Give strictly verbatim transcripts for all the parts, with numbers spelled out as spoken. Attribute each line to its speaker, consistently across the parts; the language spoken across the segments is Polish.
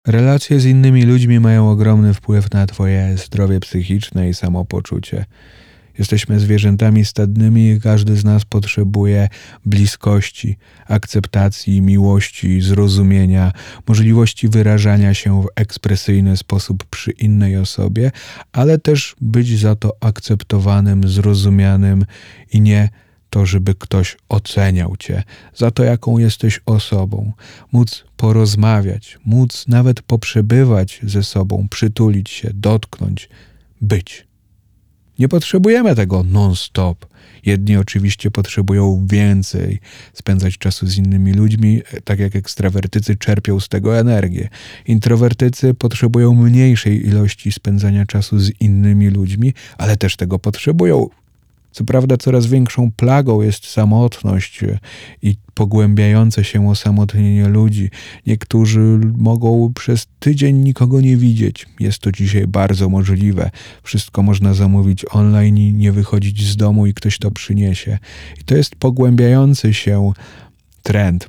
Speaker 1: Relacje z innymi ludźmi mają ogromny wpływ na twoje zdrowie psychiczne i samopoczucie. Jesteśmy zwierzętami stadnymi i każdy z nas potrzebuje bliskości, akceptacji, miłości, zrozumienia, możliwości wyrażania się w ekspresyjny sposób przy innej osobie, ale też być za to akceptowanym, zrozumianym i nie to, żeby ktoś oceniał cię za to, jaką jesteś osobą. Móc porozmawiać, móc nawet poprzebywać ze sobą, przytulić się, dotknąć, być. Nie potrzebujemy tego non-stop. Jedni oczywiście potrzebują więcej spędzać czasu z innymi ludźmi, tak jak ekstrawertycy czerpią z tego energię. Introwertycy potrzebują mniejszej ilości spędzania czasu z innymi ludźmi, ale też tego potrzebują. Co prawda coraz większą plagą jest samotność i pogłębiające się osamotnienie ludzi. Niektórzy mogą przez tydzień nikogo nie widzieć. Jest to dzisiaj bardzo możliwe. Wszystko można zamówić online i nie wychodzić z domu i ktoś to przyniesie. I to jest pogłębiający się trend.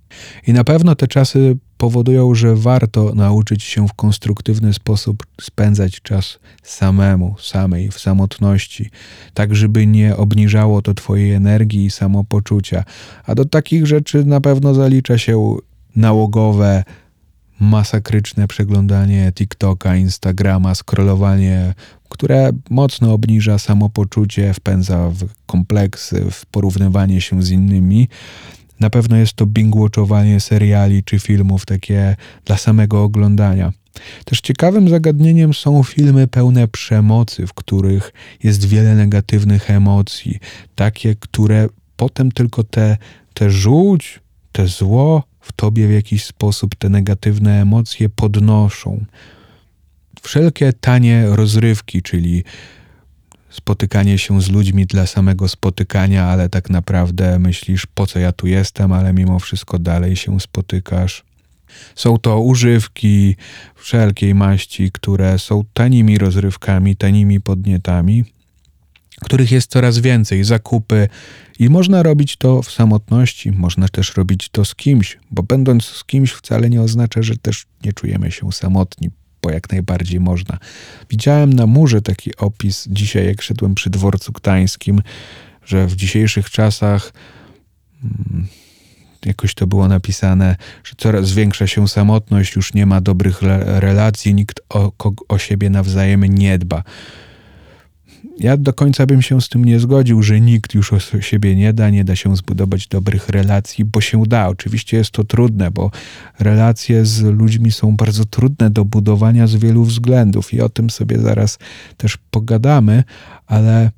Speaker 1: I na pewno te czasy powodują, że warto nauczyć się w konstruktywny sposób spędzać czas samemu, samej, w samotności, tak żeby nie obniżało to twojej energii i samopoczucia. A do takich rzeczy na pewno zalicza się nałogowe, masakryczne przeglądanie TikToka, Instagrama, scrollowanie, które mocno obniża samopoczucie, wpędza w kompleksy, w porównywanie się z innymi. Na pewno jest to binge-watchowanie seriali czy filmów takie dla samego oglądania. Też ciekawym zagadnieniem są filmy pełne przemocy, w których jest wiele negatywnych emocji. Takie, które potem tylko te, te żółć, te zło w tobie w jakiś sposób te negatywne emocje podnoszą. Wszelkie tanie rozrywki, czyli spotykanie się z ludźmi dla samego spotykania, ale tak naprawdę myślisz, po co ja tu jestem, ale mimo wszystko dalej się spotykasz. Są to używki wszelkiej maści, które są tanimi rozrywkami, tanimi podnietami, których jest coraz więcej, zakupy i można robić to w samotności, można też robić to z kimś, bo będąc z kimś wcale nie oznacza, że też nie czujemy się samotni. Bo jak najbardziej można. Widziałem na murze taki opis dzisiaj, jak szedłem przy dworcu gdańskim, że w dzisiejszych czasach hmm, jakoś to było napisane, że coraz zwiększa się samotność, już nie ma dobrych relacji, nikt o, o siebie nawzajem nie dba. Ja do końca bym się z tym nie zgodził, że nikt już o siebie nie da, nie da się zbudować dobrych relacji, bo się da. Oczywiście jest to trudne, bo relacje z ludźmi są bardzo trudne do budowania z wielu względów i o tym sobie zaraz też pogadamy, ale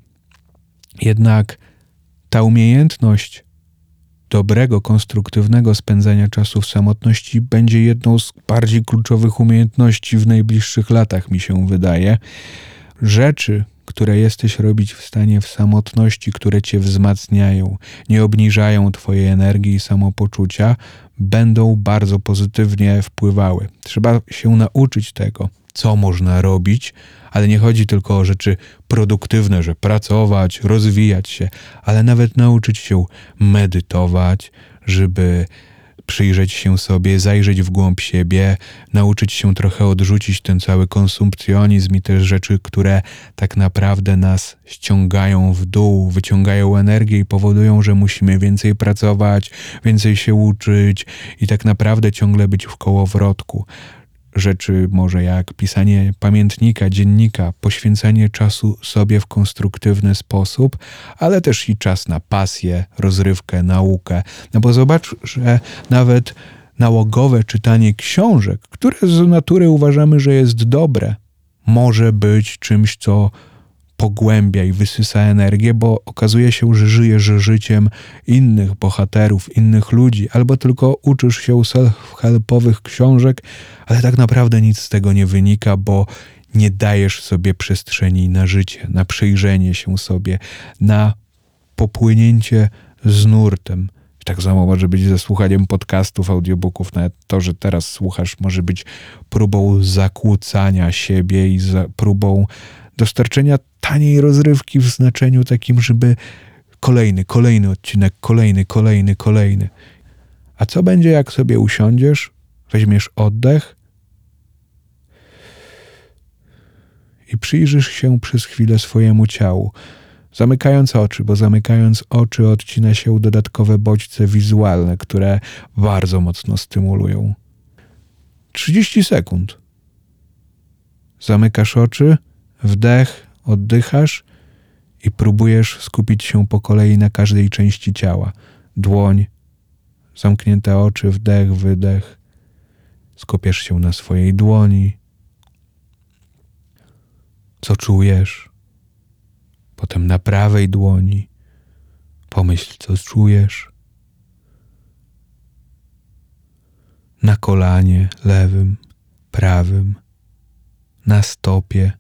Speaker 1: jednak ta umiejętność dobrego, konstruktywnego spędzania czasu w samotności będzie jedną z bardziej kluczowych umiejętności w najbliższych latach, mi się wydaje. Rzeczy, które jesteś robić w stanie w samotności, które cię wzmacniają, nie obniżają twojej energii i samopoczucia, będą bardzo pozytywnie wpływały. Trzeba się nauczyć tego, co można robić, ale nie chodzi tylko o rzeczy produktywne, że pracować, rozwijać się, ale nawet nauczyć się medytować, żeby przyjrzeć się sobie, zajrzeć w głąb siebie, nauczyć się trochę odrzucić ten cały konsumpcjonizm i te rzeczy, które tak naprawdę nas ściągają w dół, wyciągają energię i powodują, że musimy więcej pracować, więcej się uczyć i tak naprawdę ciągle być w kołowrotku. Rzeczy może jak pisanie pamiętnika, dziennika, poświęcanie czasu sobie w konstruktywny sposób, ale też i czas na pasję, rozrywkę, naukę. No bo zobacz, że nawet nałogowe czytanie książek, które z natury uważamy, że jest dobre, może być czymś, co pogłębia i wysysa energię, bo okazuje się, że żyjesz życiem innych bohaterów, innych ludzi, albo tylko uczysz się self-helpowych książek, ale tak naprawdę nic z tego nie wynika, bo nie dajesz sobie przestrzeni na życie, na przyjrzenie się sobie, na popłynięcie z nurtem. Tak samo może być ze słuchaniem podcastów, audiobooków. Nawet to, że teraz słuchasz, może być próbą zakłócania siebie i za próbą dostarczenia taniej rozrywki w znaczeniu takim, żeby kolejny, kolejny odcinek, kolejny, kolejny, kolejny. A co będzie, jak sobie usiądziesz, weźmiesz oddech i przyjrzysz się przez chwilę swojemu ciału, zamykając oczy, bo zamykając oczy odcina się dodatkowe bodźce wizualne, które bardzo mocno stymulują. trzydzieści sekund. Zamykasz oczy, wdech, oddychasz i próbujesz skupić się po kolei na każdej części ciała. Dłoń, zamknięte oczy, wdech, wydech. Skupiasz się na swojej dłoni. Co czujesz? Potem na prawej dłoni. Pomyśl, co czujesz. Na kolanie lewym, prawym, na stopie,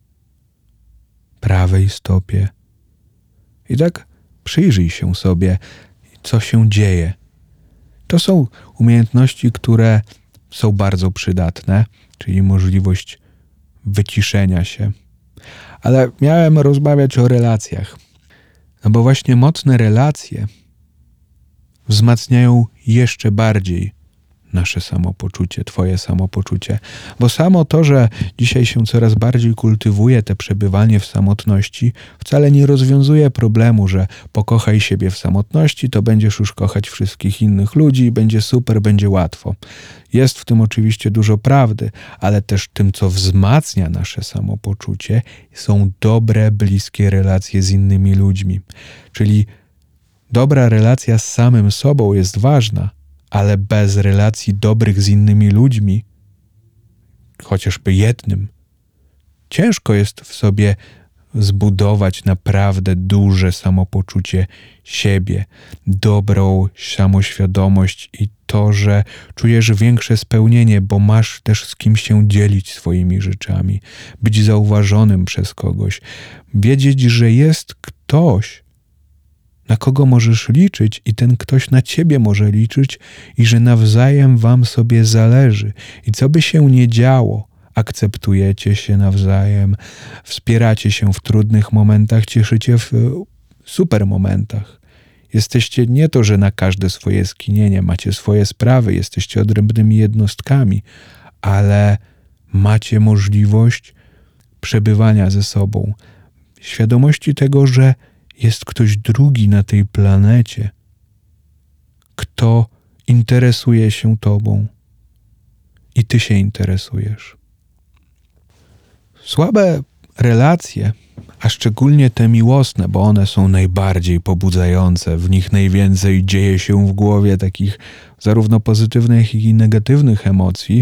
Speaker 1: prawej stopie. I tak przyjrzyj się sobie, co się dzieje. To są umiejętności, które są bardzo przydatne, czyli możliwość wyciszenia się. Ale miałem rozmawiać o relacjach, no bo właśnie mocne relacje wzmacniają jeszcze bardziej nasze samopoczucie, twoje samopoczucie. Bo samo to, że dzisiaj się coraz bardziej kultywuje te przebywanie w samotności, wcale nie rozwiązuje problemu, że pokochaj siebie w samotności, to będziesz już kochać wszystkich innych ludzi, będzie super, będzie łatwo. Jest w tym oczywiście dużo prawdy, ale też tym, co wzmacnia nasze samopoczucie, są dobre, bliskie relacje z innymi ludźmi. Czyli dobra relacja z samym sobą jest ważna, ale bez relacji dobrych z innymi ludźmi, chociażby jednym, ciężko jest w sobie zbudować naprawdę duże samopoczucie siebie, dobrą samoświadomość i to, że czujesz większe spełnienie, bo masz też z kim się dzielić swoimi rzeczami, być zauważonym przez kogoś, wiedzieć, że jest ktoś, na kogo możesz liczyć i ten ktoś na ciebie może liczyć i że nawzajem wam sobie zależy. I co by się nie działo, akceptujecie się nawzajem, wspieracie się w trudnych momentach, cieszycie w super momentach. Jesteście nie to, że na każde swoje skinienie macie swoje sprawy, jesteście odrębnymi jednostkami, ale macie możliwość przebywania ze sobą, świadomości tego, że jest ktoś drugi na tej planecie, kto interesuje się tobą i ty się interesujesz. Słabe relacje, a szczególnie te miłosne, bo one są najbardziej pobudzające, w nich najwięcej dzieje się w głowie takich zarówno pozytywnych, jak i negatywnych emocji.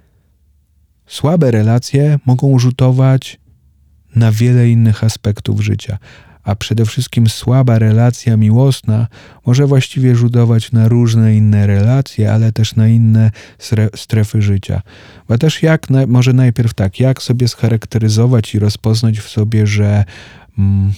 Speaker 1: Słabe relacje mogą rzutować na wiele innych aspektów życia, a przede wszystkim słaba relacja miłosna może właściwie rzutować na różne inne relacje, ale też na inne strefy życia. Bo też jak, na, może najpierw tak, jak sobie scharakteryzować i rozpoznać w sobie, że mm,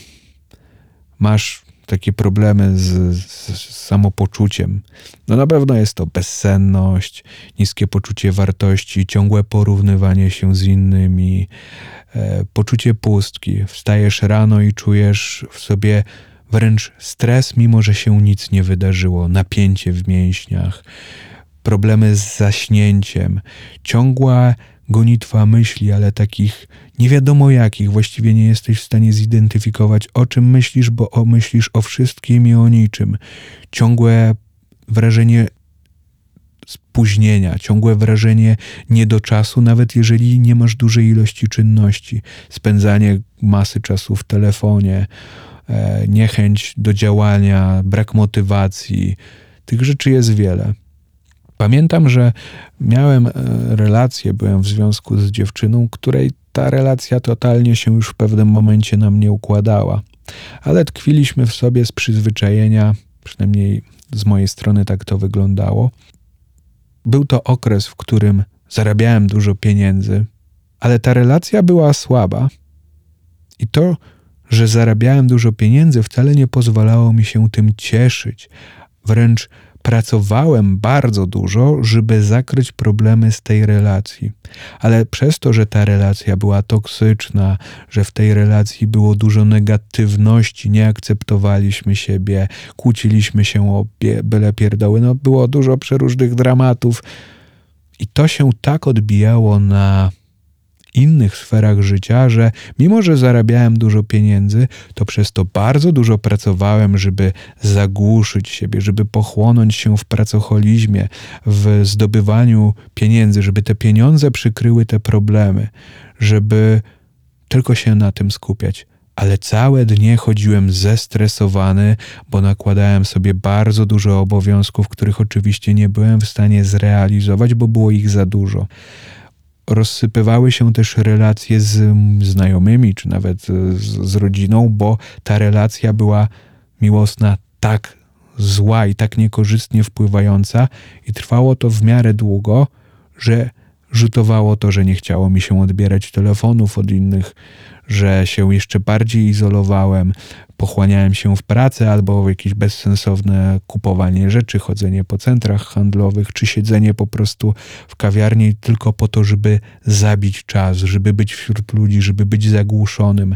Speaker 1: masz takie problemy z, z, z samopoczuciem. No na pewno jest to bezsenność, niskie poczucie wartości, ciągłe porównywanie się z innymi, e, poczucie pustki. Wstajesz rano i czujesz w sobie wręcz stres, mimo że się nic nie wydarzyło, napięcie w mięśniach, problemy z zaśnięciem, ciągła gonitwa myśli, ale takich nie wiadomo jakich. Właściwie nie jesteś w stanie zidentyfikować, o czym myślisz, bo o, myślisz o wszystkim i o niczym. Ciągłe wrażenie spóźnienia, ciągłe wrażenie niedoczasu, nawet jeżeli nie masz dużej ilości czynności. Spędzanie masy czasu w telefonie, e, niechęć do działania, brak motywacji. Tych rzeczy jest wiele. Pamiętam, że miałem relację, byłem w związku z dziewczyną, której ta relacja totalnie się już w pewnym momencie nam nie układała. Ale tkwiliśmy w sobie z przyzwyczajenia, przynajmniej z mojej strony tak to wyglądało. Był to okres, w którym zarabiałem dużo pieniędzy, ale ta relacja była słaba. I to, że zarabiałem dużo pieniędzy, wcale nie pozwalało mi się tym cieszyć. Wręcz pracowałem bardzo dużo, żeby zakryć problemy z tej relacji. Ale przez to, że ta relacja była toksyczna, że w tej relacji było dużo negatywności, nie akceptowaliśmy siebie, kłóciliśmy się o byle pierdoły, no było dużo przeróżnych dramatów i to się tak odbijało na innych sferach życia, że mimo, że zarabiałem dużo pieniędzy, to przez to bardzo dużo pracowałem, żeby zagłuszyć siebie, żeby pochłonąć się w pracoholizmie, w zdobywaniu pieniędzy, żeby te pieniądze przykryły te problemy, żeby tylko się na tym skupiać. Ale całe dnie chodziłem zestresowany, bo nakładałem sobie bardzo dużo obowiązków, których oczywiście nie byłem w stanie zrealizować, bo było ich za dużo. Rozsypywały się też relacje z znajomymi, czy nawet z, z rodziną, bo ta relacja była miłosna tak zła i tak niekorzystnie wpływająca i trwało to w miarę długo, że rzutowało to, że nie chciało mi się odbierać telefonów od innych, że się jeszcze bardziej izolowałem, pochłaniałem się w pracę albo w jakieś bezsensowne kupowanie rzeczy, chodzenie po centrach handlowych, czy siedzenie po prostu w kawiarni tylko po to, żeby zabić czas, żeby być wśród ludzi, żeby być zagłuszonym.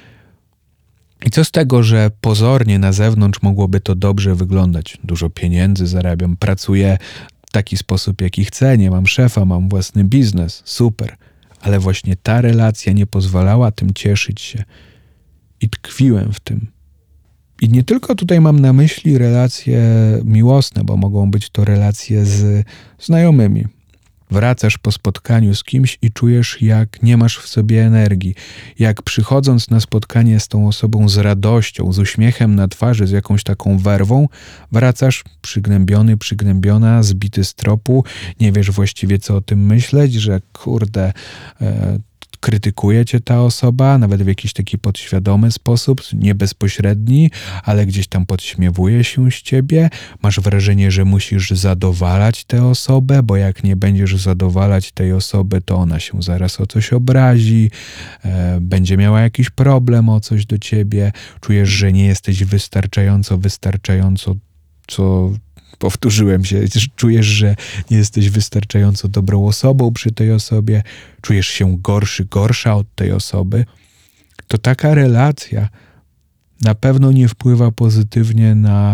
Speaker 1: I co z tego, że pozornie na zewnątrz mogłoby to dobrze wyglądać? Dużo pieniędzy zarabiam, pracuję w taki sposób, jaki chcę, nie mam szefa, mam własny biznes, super. Ale właśnie ta relacja nie pozwalała tym cieszyć się i tkwiłem w tym. I nie tylko tutaj mam na myśli relacje miłosne, bo mogą być to relacje z znajomymi. Wracasz po spotkaniu z kimś i czujesz, jak nie masz w sobie energii. Jak przychodząc na spotkanie z tą osobą z radością, z uśmiechem na twarzy, z jakąś taką werwą, wracasz przygnębiony, przygnębiona, zbity z tropu, nie wiesz właściwie co o tym myśleć, że kurde, e, krytykuje cię ta osoba, nawet w jakiś taki podświadomy sposób, nie bezpośredni, ale gdzieś tam podśmiewuje się z ciebie. Masz wrażenie, że musisz zadowalać tę osobę, bo jak nie będziesz zadowalać tej osoby, to ona się zaraz o coś obrazi, e, będzie miała jakiś problem o coś do ciebie. Czujesz, że nie jesteś wystarczająco, wystarczająco, co... Powtórzyłem się, czujesz, że nie jesteś wystarczająco dobrą osobą przy tej osobie, czujesz się gorszy, gorsza od tej osoby, to taka relacja na pewno nie wpływa pozytywnie na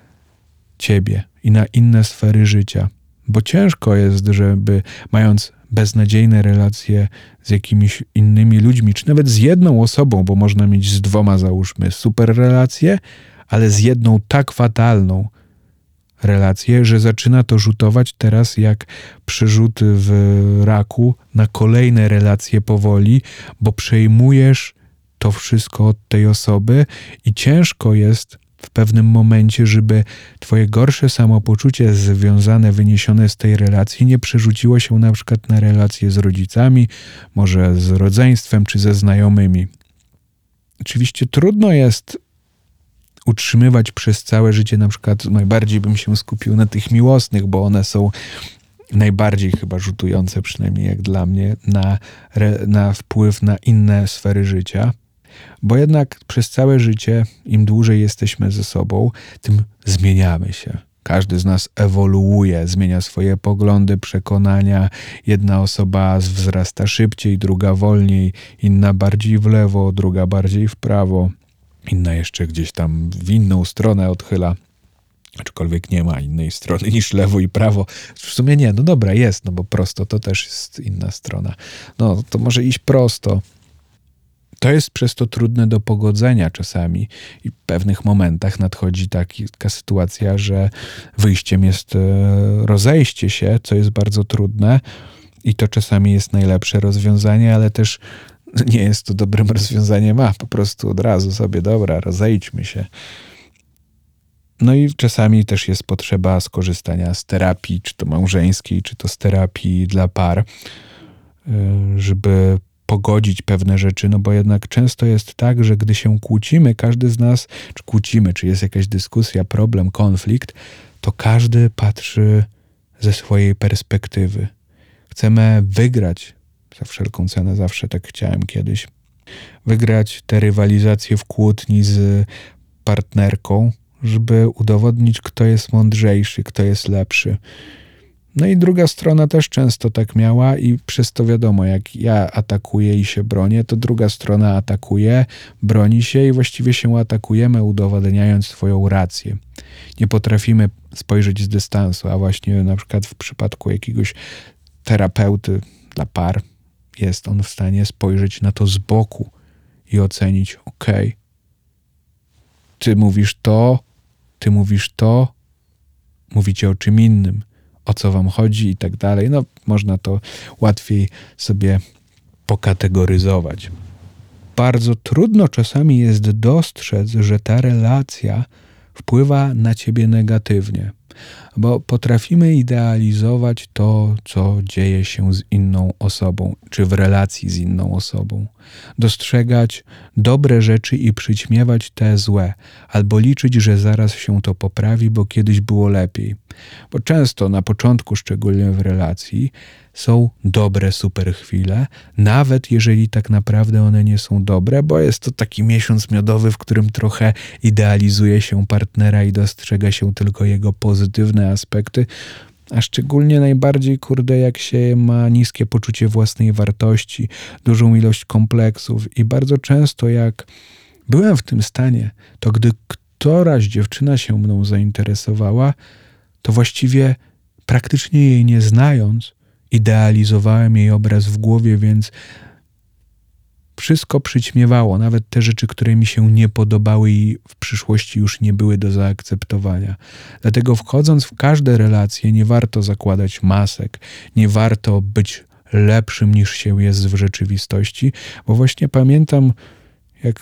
Speaker 1: ciebie i na inne sfery życia, bo ciężko jest, żeby mając beznadziejne relacje z jakimiś innymi ludźmi, czy nawet z jedną osobą, bo można mieć z dwoma, załóżmy, super relacje, ale z jedną tak fatalną relacje, że zaczyna to rzutować teraz jak przerzuty w raku na kolejne relacje powoli, bo przejmujesz to wszystko od tej osoby i ciężko jest w pewnym momencie, żeby twoje gorsze samopoczucie związane, wyniesione z tej relacji nie przerzuciło się na przykład na relacje z rodzicami, może z rodzeństwem czy ze znajomymi. Oczywiście trudno jest utrzymywać przez całe życie, na przykład najbardziej bym się skupił na tych miłosnych, bo one są najbardziej chyba rzutujące, przynajmniej jak dla mnie, na, na wpływ na inne sfery życia. Bo jednak przez całe życie, im dłużej jesteśmy ze sobą, tym zmieniamy się. Każdy z nas ewoluuje, zmienia swoje poglądy, przekonania. Jedna osoba wzrasta szybciej, druga wolniej, inna bardziej w lewo, druga bardziej w prawo. Inna jeszcze gdzieś tam w inną stronę odchyla, aczkolwiek nie ma innej strony niż lewo i prawo. W sumie nie, no dobra, jest, no bo prosto to też jest inna strona. No to może iść prosto. To jest przez to trudne do pogodzenia czasami i w pewnych momentach nadchodzi taki, taka sytuacja, że wyjściem jest rozejście się, co jest bardzo trudne i to czasami jest najlepsze rozwiązanie, ale też nie jest to dobrym rozwiązaniem, a po prostu od razu sobie, dobra, rozejdźmy się. No i czasami też jest potrzeba skorzystania z terapii, czy to małżeńskiej, czy to z terapii dla par, żeby pogodzić pewne rzeczy, no bo jednak często jest tak, że gdy się kłócimy, każdy z nas, czy kłócimy, czy jest jakaś dyskusja, problem, konflikt, to każdy patrzy ze swojej perspektywy. Chcemy wygrać za wszelką cenę, zawsze tak chciałem kiedyś, wygrać tę rywalizację w kłótni z partnerką, żeby udowodnić, kto jest mądrzejszy, kto jest lepszy. No i druga strona też często tak miała i przez to wiadomo, jak ja atakuję i się bronię, to druga strona atakuje, broni się i właściwie się atakujemy, udowadniając swoją rację. Nie potrafimy spojrzeć z dystansu, a właśnie na przykład w przypadku jakiegoś terapeuty dla par, jest on w stanie spojrzeć na to z boku i ocenić, okej, okay, ty mówisz to, ty mówisz to, mówicie o czym innym, o co wam chodzi i tak dalej. No, można to łatwiej sobie pokategoryzować. Bardzo trudno czasami jest dostrzec, że ta relacja wpływa na ciebie negatywnie, bo potrafimy idealizować to, co dzieje się z inną osobą, czy w relacji z inną osobą. Dostrzegać dobre rzeczy i przyćmiewać te złe, albo liczyć, że zaraz się to poprawi, bo kiedyś było lepiej. Bo często na początku, szczególnie w relacji, są dobre super chwile, nawet jeżeli tak naprawdę one nie są dobre, bo jest to taki miesiąc miodowy, w którym trochę idealizuje się partnera i dostrzega się tylko jego pozytywne aspekty, a szczególnie najbardziej, kurde, jak się ma niskie poczucie własnej wartości, dużą ilość kompleksów i bardzo często jak byłem w tym stanie, to gdy któraś dziewczyna się mną zainteresowała, to właściwie praktycznie jej nie znając, idealizowałem jej obraz w głowie, więc wszystko przyćmiewało, nawet te rzeczy, które mi się nie podobały i w przyszłości już nie były do zaakceptowania. Dlatego wchodząc w każde relacje nie warto zakładać masek, nie warto być lepszym niż się jest w rzeczywistości, bo właśnie pamiętam, jak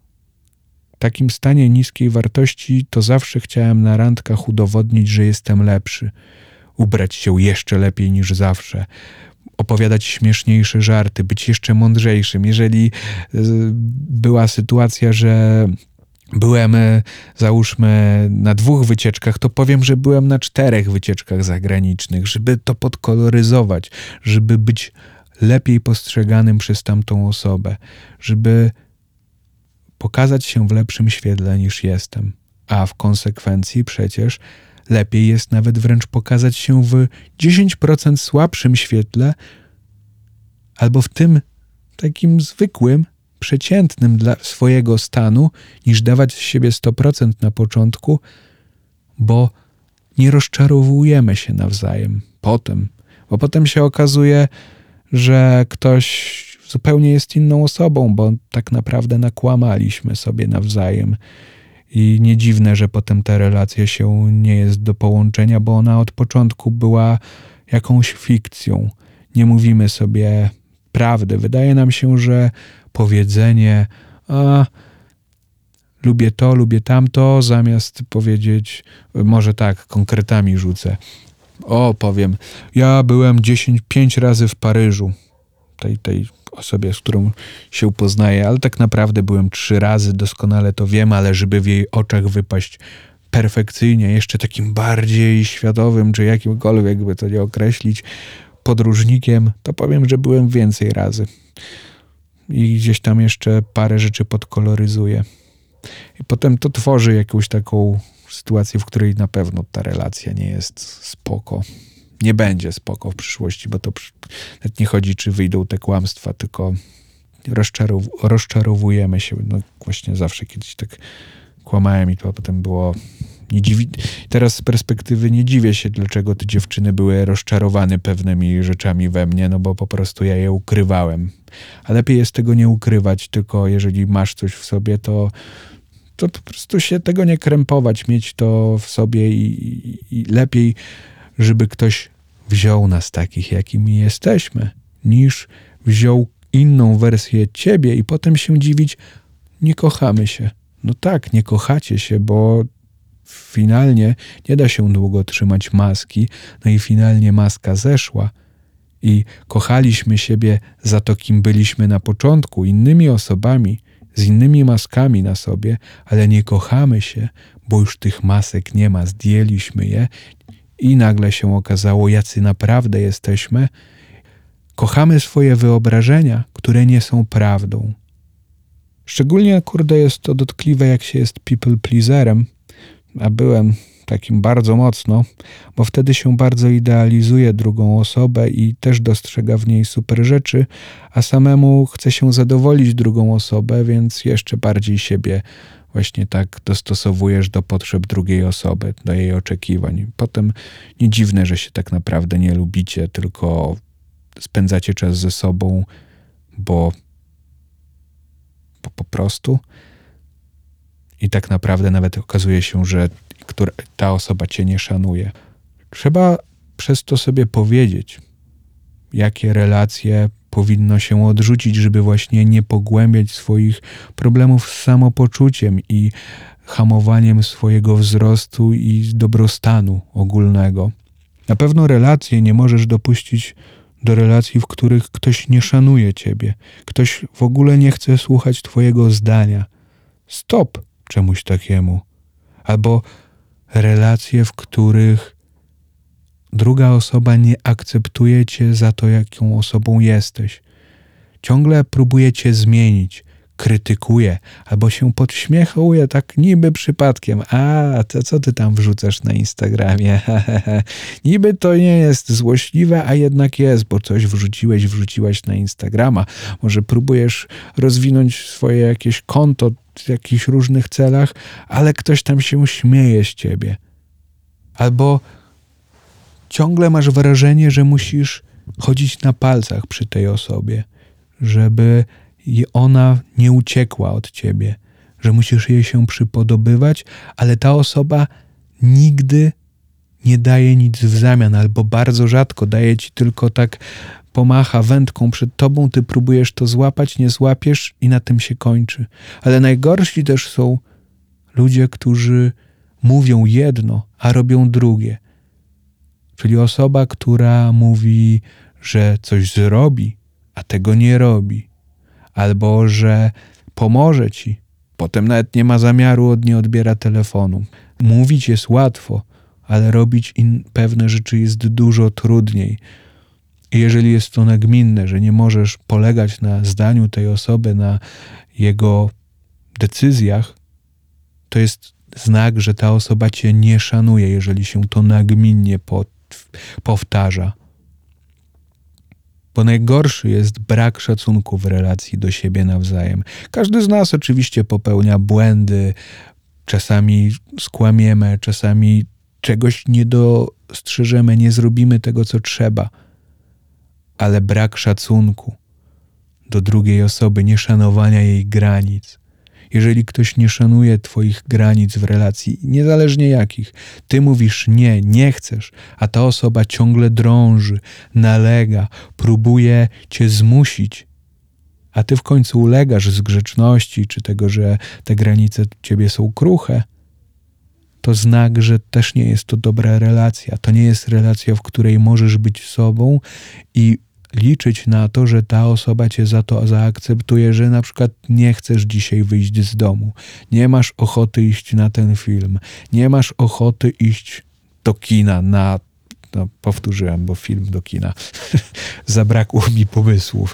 Speaker 1: w takim stanie niskiej wartości to zawsze chciałem na randkach udowodnić, że jestem lepszy, ubrać się jeszcze lepiej niż zawsze, opowiadać śmieszniejsze żarty, być jeszcze mądrzejszym. Jeżeli była sytuacja, że byłem, załóżmy, na dwóch wycieczkach, to powiem, że byłem na czterech wycieczkach zagranicznych, żeby to podkoloryzować, żeby być lepiej postrzeganym przez tamtą osobę, żeby pokazać się w lepszym świetle niż jestem. A w konsekwencji przecież lepiej jest nawet wręcz pokazać się w dziesięć procent słabszym świetle albo w tym takim zwykłym, przeciętnym dla swojego stanu, niż dawać z siebie sto procent na początku, bo nie rozczarowujemy się nawzajem potem. Bo potem się okazuje, że ktoś zupełnie jest inną osobą, bo tak naprawdę nakłamaliśmy sobie nawzajem. I nie dziwne, że potem ta relacja się nie jest do połączenia, bo ona od początku była jakąś fikcją. Nie mówimy sobie prawdy. Wydaje nam się, że powiedzenie a, lubię to, lubię tamto, zamiast powiedzieć, może tak, konkretami rzucę. O, powiem, ja byłem dziesięć, pięć razy w Paryżu. Tej, tej osobie, z którą się poznaję, ale tak naprawdę byłem trzy razy, doskonale to wiem, ale żeby w jej oczach wypaść perfekcyjnie, jeszcze takim bardziej światowym, czy jakimkolwiek by to nie określić, podróżnikiem, to powiem, że byłem więcej razy. I gdzieś tam jeszcze parę rzeczy podkoloryzuję. I potem to tworzy jakąś taką sytuację, w której na pewno ta relacja nie jest spoko. Nie będzie spoko w przyszłości, bo to nawet nie chodzi, czy wyjdą te kłamstwa, tylko rozczarow- rozczarowujemy się. No właśnie zawsze kiedyś tak kłamałem i to potem było... Nie dziwi... Teraz z perspektywy nie dziwię się, dlaczego te dziewczyny były rozczarowane pewnymi rzeczami we mnie, no bo po prostu ja je ukrywałem. A lepiej jest tego nie ukrywać, tylko jeżeli masz coś w sobie, to, to po prostu się tego nie krępować, mieć to w sobie i, i, i lepiej, żeby ktoś wziął nas takich, jakimi jesteśmy, niż wziął inną wersję ciebie i potem się dziwić, nie kochamy się. No tak, nie kochacie się, bo finalnie nie da się długo trzymać maski, no i finalnie maska zeszła i kochaliśmy siebie za to, kim byliśmy na początku, innymi osobami, z innymi maskami na sobie, ale nie kochamy się, bo już tych masek nie ma, zdjęliśmy je i nagle się okazało, jacy naprawdę jesteśmy. Kochamy swoje wyobrażenia, które nie są prawdą. Szczególnie, kurde, jest to dotkliwe, jak się jest people pleaserem, a byłem takim bardzo mocno, bo wtedy się bardzo idealizuje drugą osobę i też dostrzega w niej super rzeczy, a samemu chce się zadowolić drugą osobę, więc jeszcze bardziej siebie właśnie tak dostosowujesz do potrzeb drugiej osoby, do jej oczekiwań. Potem nie dziwne, że się tak naprawdę nie lubicie, tylko spędzacie czas ze sobą, bo, bo po prostu. I tak naprawdę nawet okazuje się, że która, ta osoba cię nie szanuje. Trzeba przez to sobie powiedzieć, jakie relacje powinno się odrzucić, żeby właśnie nie pogłębiać swoich problemów z samopoczuciem i hamowaniem swojego wzrostu i dobrostanu ogólnego. Na pewno relacje nie możesz dopuścić do relacji, w których ktoś nie szanuje ciebie, ktoś w ogóle nie chce słuchać twojego zdania. Stop czemuś takiemu. Albo relacje, w których druga osoba nie akceptuje cię za to, jaką osobą jesteś. Ciągle próbuje cię zmienić, krytykuje, albo się podśmiechuje tak niby przypadkiem. A, to co ty tam wrzucasz na Instagramie? Niby to nie jest złośliwe, a jednak jest, bo coś wrzuciłeś, wrzuciłaś na Instagrama. Może próbujesz rozwinąć swoje jakieś konto w jakichś różnych celach, ale ktoś tam się śmieje z ciebie. Albo ciągle masz wrażenie, że musisz chodzić na palcach przy tej osobie, żeby i ona nie uciekła od ciebie, że musisz jej się przypodobywać, ale ta osoba nigdy nie daje nic w zamian, albo bardzo rzadko daje ci tylko tak, pomacha wędką przed tobą, ty próbujesz to złapać, nie złapiesz i na tym się kończy. Ale najgorsi też są ludzie, którzy mówią jedno, a robią drugie. Czyli osoba, która mówi, że coś zrobi, a tego nie robi. Albo, że pomoże ci, potem nawet nie ma zamiaru, nie odbiera telefonu. Mówić jest łatwo, ale robić in, pewne rzeczy jest dużo trudniej. I jeżeli jest to nagminne, że nie możesz polegać na zdaniu tej osoby, na jego decyzjach, to jest znak, że ta osoba cię nie szanuje, jeżeli się to nagminnie po, powtarza. Bo najgorszy jest brak szacunku w relacji do siebie nawzajem. Każdy z nas oczywiście popełnia błędy, czasami skłamiemy, czasami czegoś nie dostrzeżemy, nie zrobimy tego, co trzeba. Ale brak szacunku do drugiej osoby, nieszanowania jej granic. Jeżeli ktoś nie szanuje twoich granic w relacji, niezależnie jakich, ty mówisz nie, nie chcesz, a ta osoba ciągle drąży, nalega, próbuje cię zmusić, a ty w końcu ulegasz z grzeczności, czy tego, że te granice ciebie są kruche, to znak, że też nie jest to dobra relacja. To nie jest relacja, w której możesz być sobą i liczyć na to, że ta osoba cię za to zaakceptuje, że na przykład nie chcesz dzisiaj wyjść z domu, nie masz ochoty iść na ten film, nie masz ochoty iść do kina na... No, powtórzyłem, bo film do kina. Zabrakło mi pomysłów.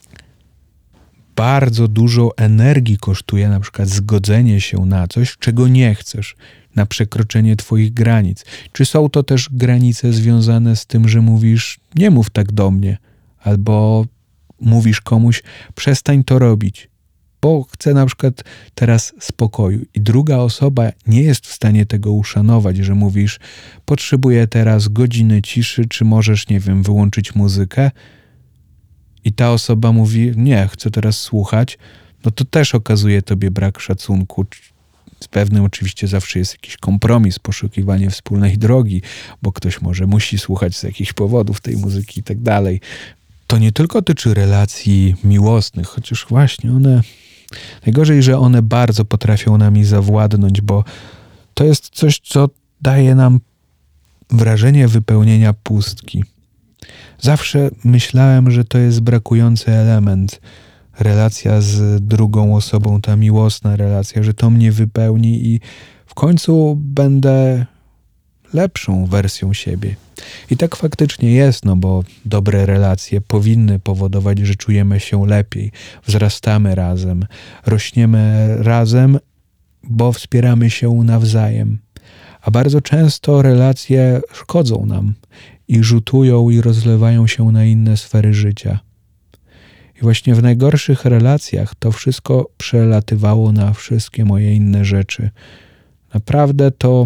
Speaker 1: Bardzo dużo energii kosztuje na przykład zgodzenie się na coś, czego nie chcesz, na przekroczenie twoich granic. Czy są to też granice związane z tym, że mówisz, nie mów tak do mnie, albo mówisz komuś, przestań to robić, bo chcę na przykład teraz spokoju i druga osoba nie jest w stanie tego uszanować, że mówisz, potrzebuję teraz godziny ciszy, czy możesz, nie wiem, wyłączyć muzykę i ta osoba mówi, nie, chcę teraz słuchać, no to też okazuje tobie brak szacunku. Z pewnym oczywiście zawsze jest jakiś kompromis, poszukiwanie wspólnej drogi, bo ktoś może musi słuchać z jakichś powodów tej muzyki i tak dalej. To nie tylko tyczy relacji miłosnych, chociaż właśnie one... Najgorzej, że one bardzo potrafią nami zawładnąć, bo to jest coś, co daje nam wrażenie wypełnienia pustki. Zawsze myślałem, że to jest brakujący element. Relacja z drugą osobą, ta miłosna relacja, że to mnie wypełni i w końcu będę lepszą wersją siebie. I tak faktycznie jest, no bo dobre relacje powinny powodować, że czujemy się lepiej, wzrastamy razem, rośniemy razem, bo wspieramy się nawzajem. A bardzo często relacje szkodzą nam i rzutują i rozlewają się na inne sfery życia. I właśnie w najgorszych relacjach to wszystko przelatywało na wszystkie moje inne rzeczy. Naprawdę to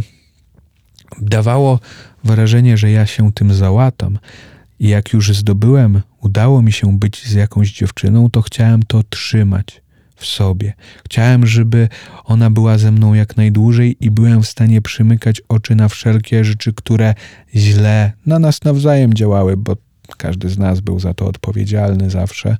Speaker 1: dawało wrażenie, że ja się tym załatam i jak już zdobyłem udało mi się być z jakąś dziewczyną, to chciałem to trzymać w sobie. Chciałem, żeby ona była ze mną jak najdłużej i byłem w stanie przymykać oczy na wszelkie rzeczy, które źle na nas nawzajem działały, bo każdy z nas był za to odpowiedzialny zawsze.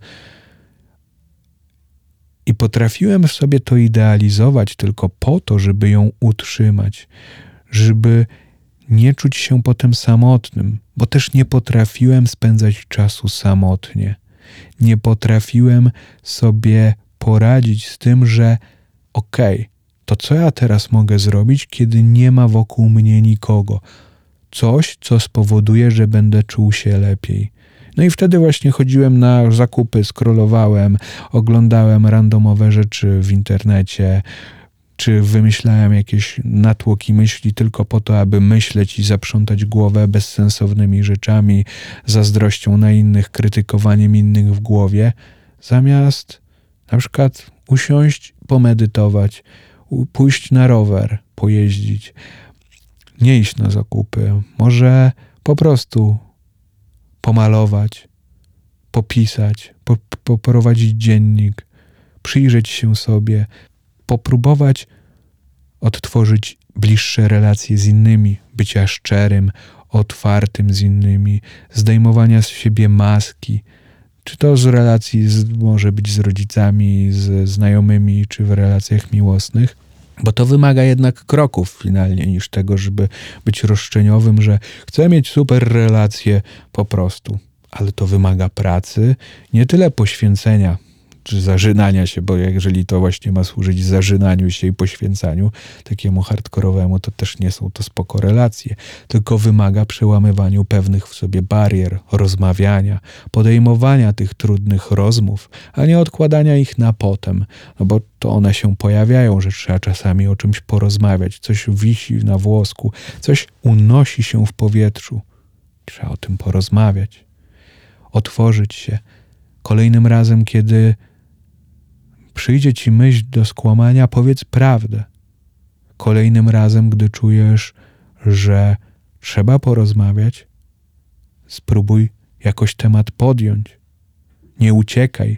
Speaker 1: I potrafiłem w sobie to idealizować tylko po to, żeby ją utrzymać, żeby nie czuć się potem samotnym, bo też nie potrafiłem spędzać czasu samotnie. Nie potrafiłem sobie poradzić z tym, że okej, okay, to co ja teraz mogę zrobić, kiedy nie ma wokół mnie nikogo? Coś, co spowoduje, że będę czuł się lepiej. No i wtedy właśnie chodziłem na zakupy, scrollowałem, oglądałem randomowe rzeczy w internecie, czy wymyślałem jakieś natłoki myśli tylko po to, aby myśleć i zaprzątać głowę bezsensownymi rzeczami, zazdrością na innych, krytykowaniem innych w głowie, zamiast na przykład usiąść, pomedytować, pójść na rower, pojeździć, nie iść na zakupy, może po prostu pomalować, popisać, po, poprowadzić dziennik, przyjrzeć się sobie, popróbować odtworzyć bliższe relacje z innymi, bycia szczerym, otwartym z innymi, zdejmowania z siebie maski, czy to z relacji z, może być z rodzicami, z znajomymi, czy w relacjach miłosnych, bo to wymaga jednak kroków finalnie niż tego, żeby być roszczeniowym, że chcę mieć super relacje po prostu. Ale to wymaga pracy, nie tyle poświęcenia, czy zażynania się, bo jeżeli to właśnie ma służyć zażynaniu się i poświęcaniu takiemu hardkorowemu, to też nie są to spoko relacje, tylko wymaga przełamywaniu pewnych w sobie barier, rozmawiania, podejmowania tych trudnych rozmów, a nie odkładania ich na potem, no bo to one się pojawiają, że trzeba czasami o czymś porozmawiać, coś wisi na włosku, coś unosi się w powietrzu. Trzeba o tym porozmawiać, otworzyć się. Kolejnym razem, kiedy przyjdzie ci myśl do skłamania, powiedz prawdę. Kolejnym razem, gdy czujesz, że trzeba porozmawiać, spróbuj jakoś temat podjąć. Nie uciekaj.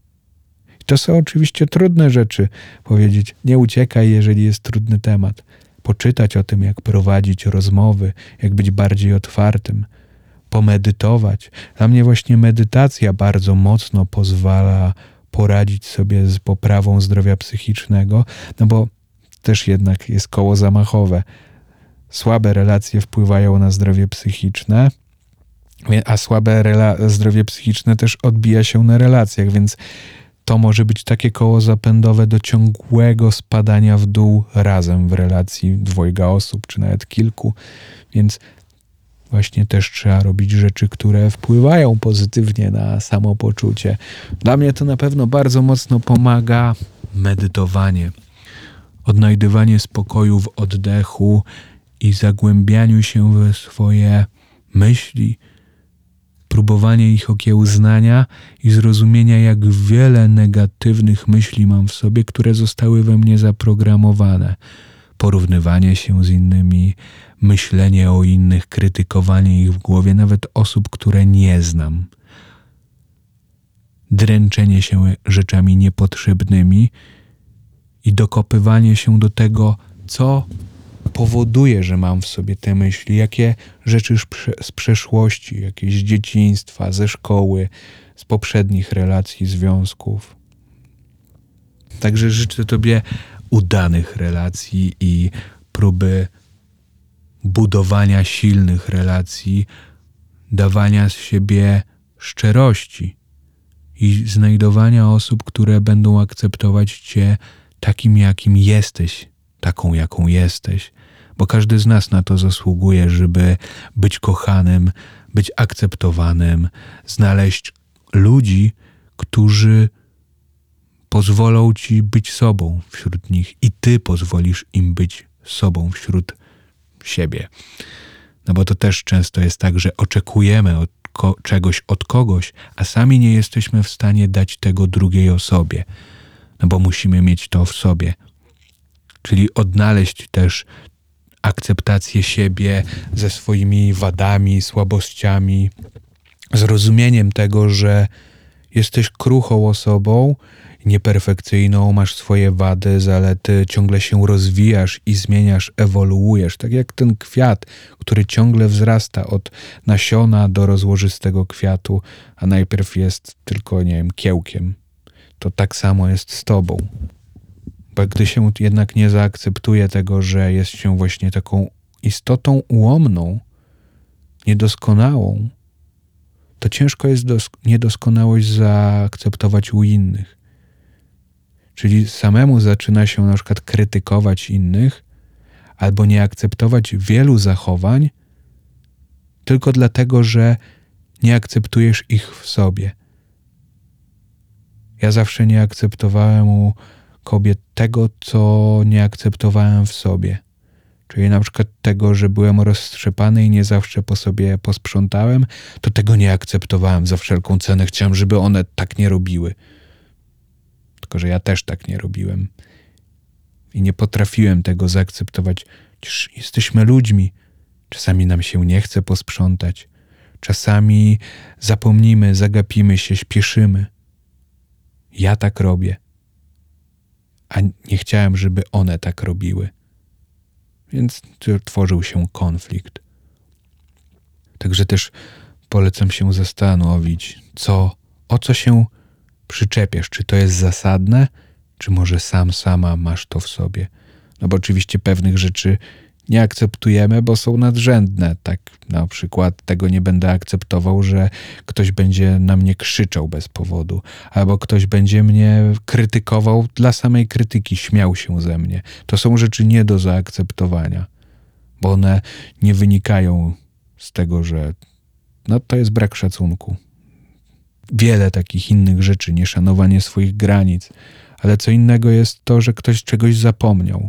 Speaker 1: I to są oczywiście trudne rzeczy powiedzieć. Nie uciekaj, jeżeli jest trudny temat. Poczytać o tym, jak prowadzić rozmowy, jak być bardziej otwartym. Pomedytować. Dla mnie właśnie medytacja bardzo mocno pozwala poradzić sobie z poprawą zdrowia psychicznego, no bo też jednak jest koło zamachowe. Słabe relacje wpływają na zdrowie psychiczne, a słabe rela- zdrowie psychiczne też odbija się na relacjach, więc to może być takie koło zapędowe do ciągłego spadania w dół razem w relacji dwojga osób, czy nawet kilku, więc właśnie też trzeba robić rzeczy, które wpływają pozytywnie na samopoczucie. Dla mnie to na pewno bardzo mocno pomaga medytowanie, odnajdywanie spokoju w oddechu i zagłębianiu się w swoje myśli, próbowanie ich okiełznania i zrozumienia, jak wiele negatywnych myśli mam w sobie, które zostały we mnie zaprogramowane. Porównywanie się z innymi, myślenie o innych, krytykowanie ich w głowie, nawet osób, które nie znam. Dręczenie się rzeczami niepotrzebnymi i dokopywanie się do tego, co powoduje, że mam w sobie te myśli, jakie rzeczy z przeszłości, jakieś z dzieciństwa, ze szkoły, z poprzednich relacji, związków. Także życzę Tobie udanych relacji i próby budowania silnych relacji, dawania z siebie szczerości i znajdowania osób, które będą akceptować Cię takim, jakim jesteś, taką, jaką jesteś, bo każdy z nas na to zasługuje, żeby być kochanym, być akceptowanym, znaleźć ludzi, którzy pozwolą Ci być sobą wśród nich i Ty pozwolisz im być sobą wśród siebie. No bo to też często jest tak, że oczekujemy od ko- czegoś od kogoś, a sami nie jesteśmy w stanie dać tego drugiej osobie, no bo musimy mieć to w sobie. Czyli odnaleźć też akceptację siebie ze swoimi wadami, słabościami, zrozumieniem tego, że jesteś kruchą osobą, nieperfekcyjną, masz swoje wady, zalety, ciągle się rozwijasz i zmieniasz, ewoluujesz. Tak jak ten kwiat, który ciągle wzrasta od nasiona do rozłożystego kwiatu, a najpierw jest tylko, nie wiem, kiełkiem. To tak samo jest z tobą. Bo gdy się jednak nie zaakceptuje tego, że jest się właśnie taką istotą ułomną, niedoskonałą, to ciężko jest dos- niedoskonałość zaakceptować u innych. Czyli samemu zaczyna się na przykład krytykować innych albo nie akceptować wielu zachowań tylko dlatego, że nie akceptujesz ich w sobie. Ja zawsze nie akceptowałem u kobiet tego, co nie akceptowałem w sobie. Czyli na przykład tego, że byłem roztrzepany i nie zawsze po sobie posprzątałem, to tego nie akceptowałem za wszelką cenę. Chciałem, żeby one tak nie robiły. Tylko że ja też tak nie robiłem. I nie potrafiłem tego zaakceptować. Przecież jesteśmy ludźmi. Czasami nam się nie chce posprzątać. Czasami zapomnimy, zagapimy się, śpieszymy. Ja tak robię. A nie chciałem, żeby one tak robiły. Więc tworzył się konflikt. Także też polecam się zastanowić, co, o co się przyczepiasz. Czy to jest zasadne, czy może sam, sama masz to w sobie. No bo oczywiście pewnych rzeczy nie akceptujemy, bo są nadrzędne. Tak na przykład tego nie będę akceptował, że ktoś będzie na mnie krzyczał bez powodu, albo ktoś będzie mnie krytykował dla samej krytyki, śmiał się ze mnie. To są rzeczy nie do zaakceptowania, bo one nie wynikają z tego, że no to jest brak szacunku. Wiele takich innych rzeczy, nieszanowanie swoich granic, ale co innego jest to, że ktoś czegoś zapomniał.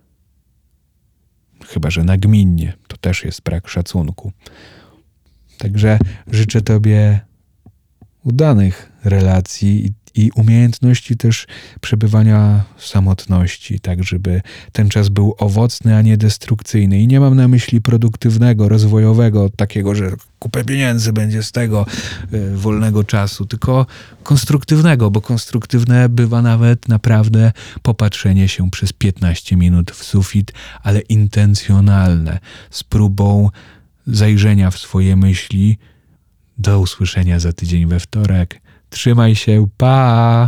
Speaker 1: Chyba że nagminnie, to też jest brak szacunku. Także życzę tobie udanych relacji i, i umiejętności też przebywania w samotności, tak żeby ten czas był owocny, a nie destrukcyjny. I nie mam na myśli produktywnego, rozwojowego, takiego, że kupę pieniędzy będzie z tego y, wolnego czasu, tylko konstruktywnego, bo konstruktywne bywa nawet naprawdę popatrzenie się przez piętnaście minut w sufit, ale intencjonalne, z próbą zajrzenia w swoje myśli. Do usłyszenia za tydzień we wtorek. Trzymaj się, pa!